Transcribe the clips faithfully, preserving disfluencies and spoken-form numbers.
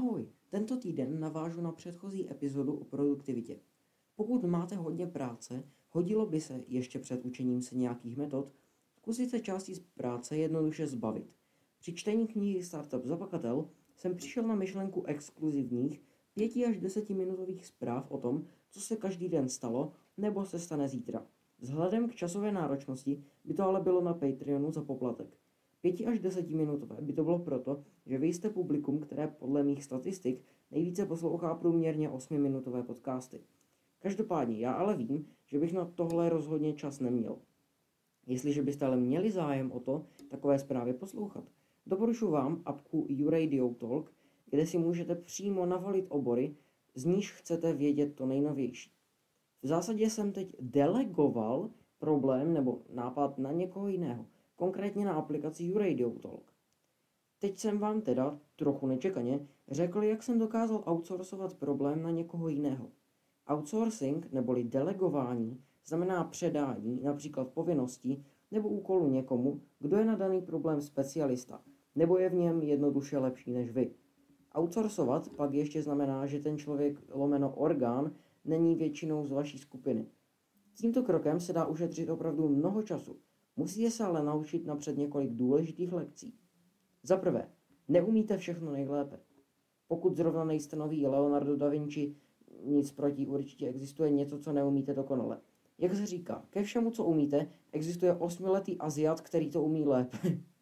Ahoj, tento týden navážu na předchozí epizodu o produktivitě. Pokud máte hodně práce, hodilo by se ještě před učením se nějakých metod zkusit se části z práce jednoduše zbavit. Při čtení knihy Startup Zakladatel jsem přišel na myšlenku exkluzivních pěti až desetiminutových zpráv o tom, co se každý den stalo nebo se stane zítra. Vzhledem k časové náročnosti by to ale bylo na Patreonu za poplatek. Pěti až desetiminutové by to bylo proto, že vy jste publikum, které podle mých statistik nejvíce poslouchá průměrně osmiminutové podcasty. Každopádně já ale vím, že bych na tohle rozhodně čas neměl. Jestliže byste ale měli zájem o to takové zprávy poslouchat, doporučuji vám apku YouRadio Talk, kde si můžete přímo navolit obory, z níž chcete vědět to nejnovější. V zásadě jsem teď delegoval problém nebo nápad na někoho jiného, konkrétně na aplikaci YouRadio Talk. Teď jsem vám teda, trochu nečekaně, řekl, jak jsem dokázal outsourcovat problém na někoho jiného. Outsourcing, neboli delegování, znamená předání například povinností nebo úkolu někomu, kdo je na daný problém specialista, nebo je v něm jednoduše lepší než vy. Outsourcovat pak ještě znamená, že ten člověk lomeno orgán není většinou z vaší skupiny. Tímto krokem se dá ušetřit opravdu mnoho času. Musíte se ale naučit napřed několik důležitých lekcí. Za prvé, neumíte všechno nejlépe. Pokud zrovna nejste nový Leonardo da Vinci, nic proti, určitě existuje něco, co neumíte dokonale. Jak se říká, ke všemu, co umíte, existuje osmiletý Aziat, který to umí lépe.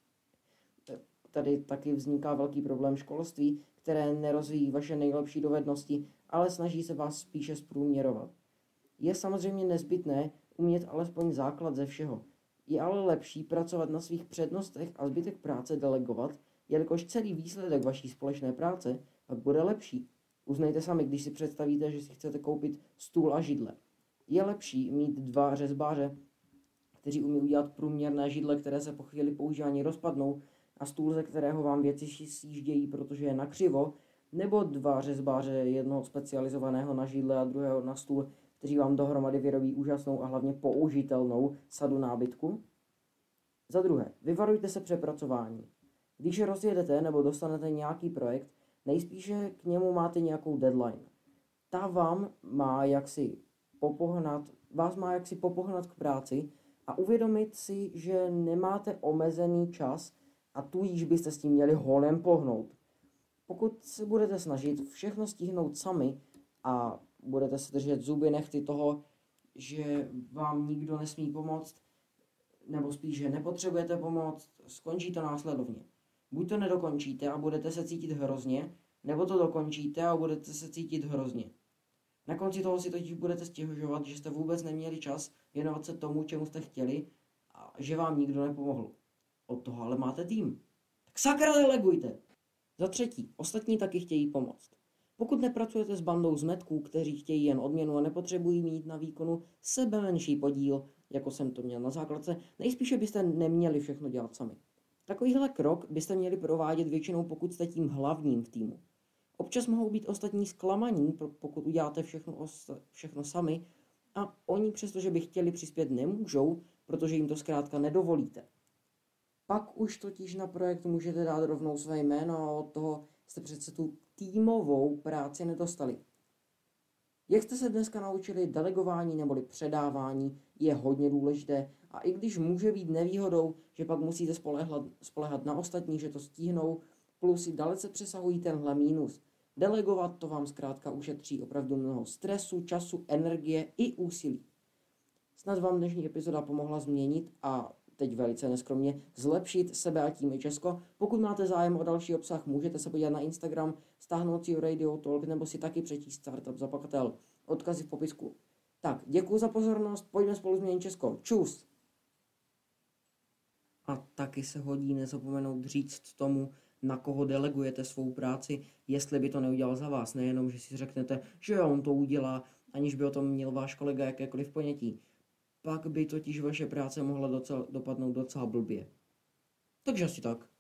Tady taky vzniká velký problém školství, které nerozvíjí vaše nejlepší dovednosti, ale snaží se vás spíše zprůměrovat. Je samozřejmě nezbytné umět alespoň základ ze všeho. Je ale lepší pracovat na svých přednostech a zbytek práce delegovat, jelikož celý výsledek vaší společné práce pak bude lepší. Uznejte sami, když si představíte, že si chcete koupit stůl a židle. Je lepší mít dva řezbáře, kteří umí udělat průměrné židle, které se po chvíli používání rozpadnou, a stůl, ze kterého vám věci sjíždějí, protože je nakřivo, nebo dva řezbáře, jednoho specializovaného na židle a druhého na stůl, kteří vám dohromady vyrobí úžasnou a hlavně použitelnou sadu nábytku. Za druhé, vyvarujte se přepracování. Když rozjedete nebo dostanete nějaký projekt, nejspíše k němu máte nějakou deadline. Ta vám má jaksi popohnat, vás má jaksi popohnat k práci a uvědomit si, že nemáte omezený čas a tudíž byste s tím měli honem pohnout. Pokud se budete snažit všechno stihnout sami a budete se držet zuby nechty toho, že vám nikdo nesmí pomoct, nebo spíš, že nepotřebujete pomoct, skončí to následovně. Buď to nedokončíte a budete se cítit hrozně, nebo to dokončíte a budete se cítit hrozně. Na konci toho si totiž budete stěžovat, že jste vůbec neměli čas věnovat se tomu, čemu jste chtěli a že vám nikdo nepomohl. Od toho ale máte tým. Tak sakra delegujte! Za třetí, ostatní taky chtějí pomoct. Pokud nepracujete s bandou zmetků, kteří chtějí jen odměnu a nepotřebují mít na výkonu sebe menší podíl, jako jsem to měl na základce, nejspíše byste neměli všechno dělat sami. Takovýhle krok byste měli provádět většinou, pokud jste tím hlavním v týmu. Občas mohou být ostatní zklamaní, pokud uděláte všechno, všechno sami a oni, přestože by chtěli přispět, nemůžou, protože jim to zkrátka nedovolíte. Pak už totiž na projekt můžete dát rovnou své jméno a od toho jste přece tu týmovou práci nedostali. Jak jste se dneska naučili, delegování neboli předávání je hodně důležité a i když může být nevýhodou, že pak musíte spolehat, spolehat na ostatní, že to stihnou, plusy dalece přesahují tenhle mínus. Delegovat to vám zkrátka ušetří opravdu mnoho stresu, času, energie i úsilí. Snad vám dnešní epizoda pomohla změnit a teď velice neskromně zlepšit sebe a tím i Česko. Pokud máte zájem o další obsah, můžete se podívat na Instagram, stáhnout si Radio Talk nebo si taky přečíst Startup Zakladatel. Odkazy v popisku. Tak, děkuji za pozornost, pojďme spolu změnit Česko. Čus! A taky se hodí nezapomenout říct tomu, na koho delegujete svou práci, jestli by to neudělal za vás. Nejenom, že si řeknete, že on to udělá, aniž by o tom měl váš kolega jakékoliv ponětí. Pak by totiž vaše práce mohla docela, dopadnout docela blbě. Takže asi tak.